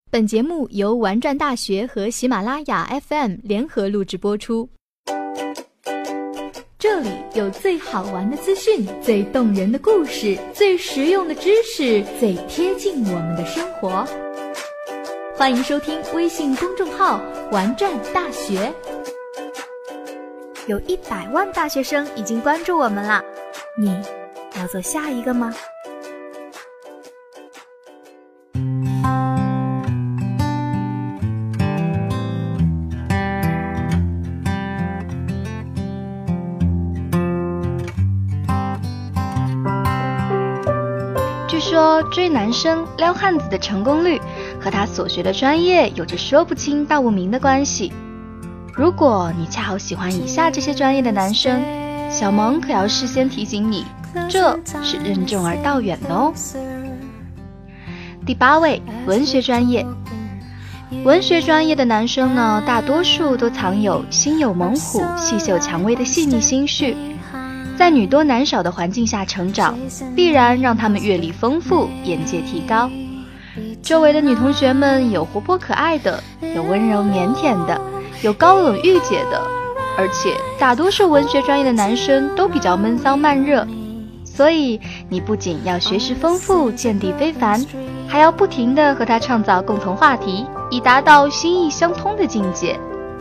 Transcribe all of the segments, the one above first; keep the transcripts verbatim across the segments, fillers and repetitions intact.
本节目由玩转大学和喜马拉雅 F M 联合录制播出。这里有最好玩的资讯，最动人的故事，最实用的知识，最贴近我们的生活。欢迎收听微信公众号玩转大学。有一百万大学生已经关注我们了，你要做下一个吗？ 据说追男生撩汉子的成功率和他所学的专业有着说不清道不明的关系。如果你恰好喜欢以下这些专业的男生，小萌可要事先提醒你，这是任重而道远的哦。第八位，文学专业。文学专业的男生呢，大多数都藏有心有猛虎、细嗅蔷薇的细腻心绪，在女多男少的环境下成长，必然让他们阅历丰富，眼界提高。周围的女同学们有活泼可爱的，有温柔腼腆的，有高冷御姐的，而且大多数文学专业的男生都比较闷骚慢热，所以你不仅要学识丰富、见地非凡，还要不停地和他创造共同话题，以达到心意相通的境界。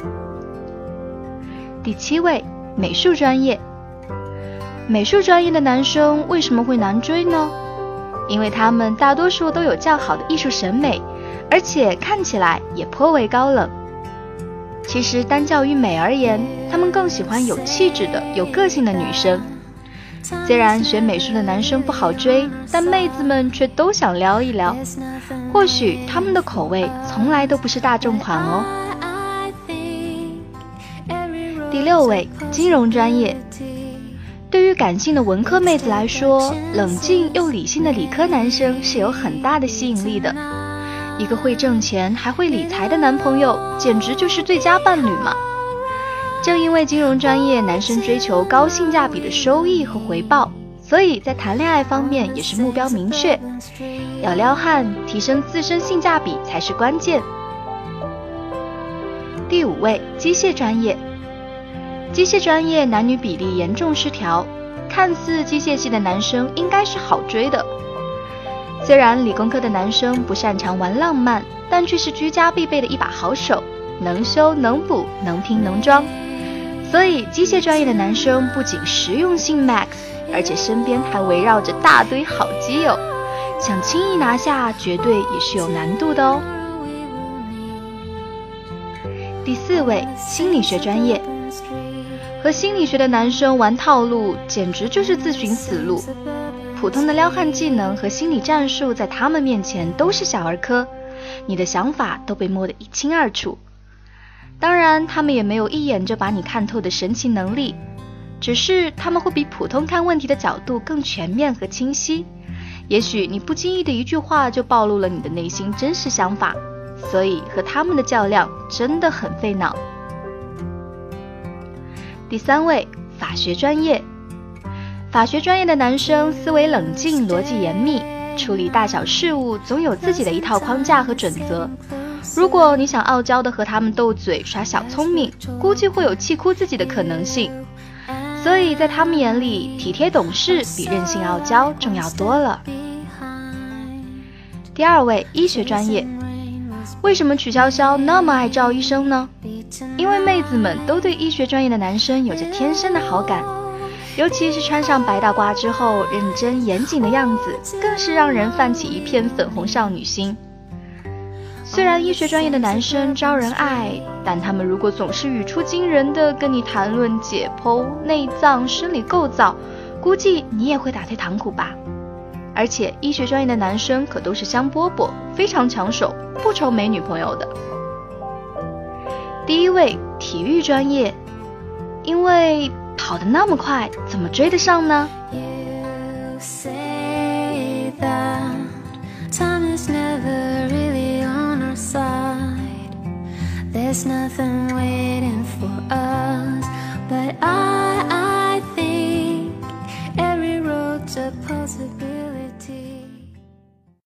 第七位，美术专业。美术专业的男生为什么会难追呢？因为他们大多数都有较好的艺术审美，而且看起来也颇为高冷。其实单就于美而言，他们更喜欢有气质的、有个性的女生。虽然学美术的男生不好追，但妹子们却都想撩一撩。或许他们的口味从来都不是大众款哦。第六位，金融专业。对于感性的文科妹子来说，冷静又理性的理科男生是有很大的吸引力的。一个会挣钱还会理财的男朋友，简直就是最佳伴侣嘛。正因为金融专业男生追求高性价比的收益和回报，所以在谈恋爱方面也是目标明确，要撩汉，提升自身性价比才是关键。第五位，机械专业。机械专业男女比例严重失调，看似机械系的男生应该是好追的。虽然理工科的男生不擅长玩浪漫，但却是居家必备的一把好手，能修能补，能拼能装。所以机械专业的男生不仅实用性 max， 而且身边还围绕着大堆好基友，想轻易拿下绝对也是有难度的哦。第四位，心理学专业。和心理学的男生玩套路，简直就是自寻死路。普通的撩汉技能和心理战术在他们面前都是小儿科，你的想法都被摸得一清二楚。当然，他们也没有一眼就把你看透的神奇能力，只是他们会比普通看问题的角度更全面和清晰。也许你不经意的一句话就暴露了你的内心真实想法，所以和他们的较量真的很费脑。第三位，法学专业。法学专业的男生思维冷静，逻辑严密，处理大小事务总有自己的一套框架和准则。如果你想傲娇的和他们斗嘴耍小聪明，估计会有气哭自己的可能性。所以在他们眼里，体贴懂事比任性傲娇重要多了。第二位，医学专业。为什么曲筱绡那么爱赵医生呢？因为妹子们都对医学专业的男生有着天生的好感，尤其是穿上白大褂之后认真严谨的样子，更是让人泛起一片粉红少女心。虽然医学专业的男生招人爱，但他们如果总是语出惊人的跟你谈论解剖、内脏、生理构造，估计你也会打退堂鼓吧。而且医学专业的男生可都是香饽饽，非常抢手，不愁没女朋友的。第一位，体育专业。因为跑得那么快，怎么追得上呢？ You say that time is never really on our side. There's nothing waiting for